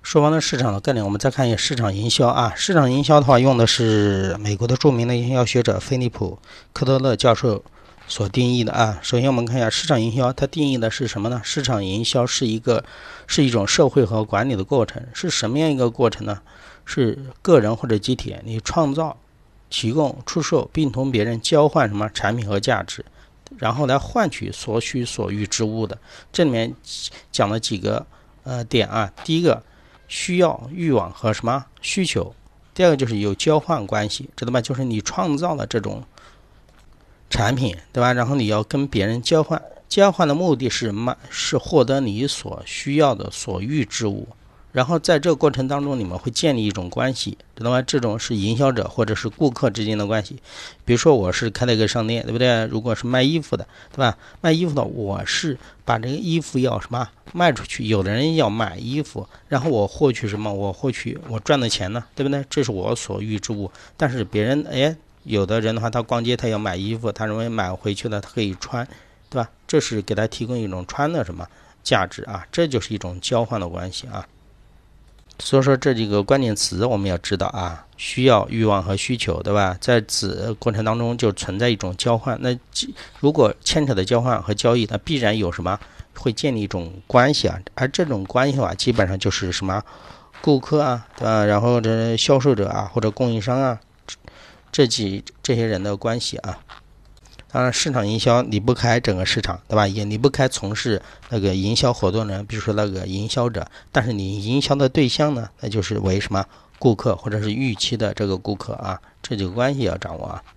说完了市场的概念，我们再看一下市场营销啊。市场营销的话，用的是美国的著名的营销学者菲利普·科特勒教授所定义的啊。首先我们看一下市场营销，它定义的是什么呢？市场营销是一种社会和管理的过程。是什么样一个过程呢？是个人或者集体，你创造、提供、出售，并同别人交换什么产品和价值，然后来换取所需所欲之物的。这里面讲了几个点啊。第一个，需要、欲望和什么需求。第二个就是有交换关系，知道吧？就是你创造了这种产品，对吧？然后你要跟别人交换，交换的目的是获得你所需要的所欲之物。然后在这个过程当中，你们会建立一种关系，知道吗？这种是营销者或者是顾客之间的关系。比如说我是开了一个商店，对不对？如果是卖衣服的，对吧？卖衣服的，我是把这个衣服要什么卖出去，有的人要买衣服，然后我获取什么？我赚的钱呢，对不对？这是我所欲之物。但是别人有的人的话，他逛街他要买衣服，他认为买回去了他可以穿，对吧？这是给他提供一种穿的什么价值啊？这就是一种交换的关系啊。所以说这几个关键词我们要知道啊，需要、欲望和需求，对吧？在此过程当中就存在一种交换。那如果牵扯的交换和交易，那必然有什么会建立一种关系啊？而这种关系基本上就是什么顾客啊，对吧？然后这销售者啊，或者供应商啊，这些人的关系啊。当然，市场营销离不开整个市场，对吧？也离不开从事那个营销活动人，比如说那个营销者。但是你营销的对象呢，那就是为什么顾客或者是预期的这个顾客啊，这几个关系要掌握啊。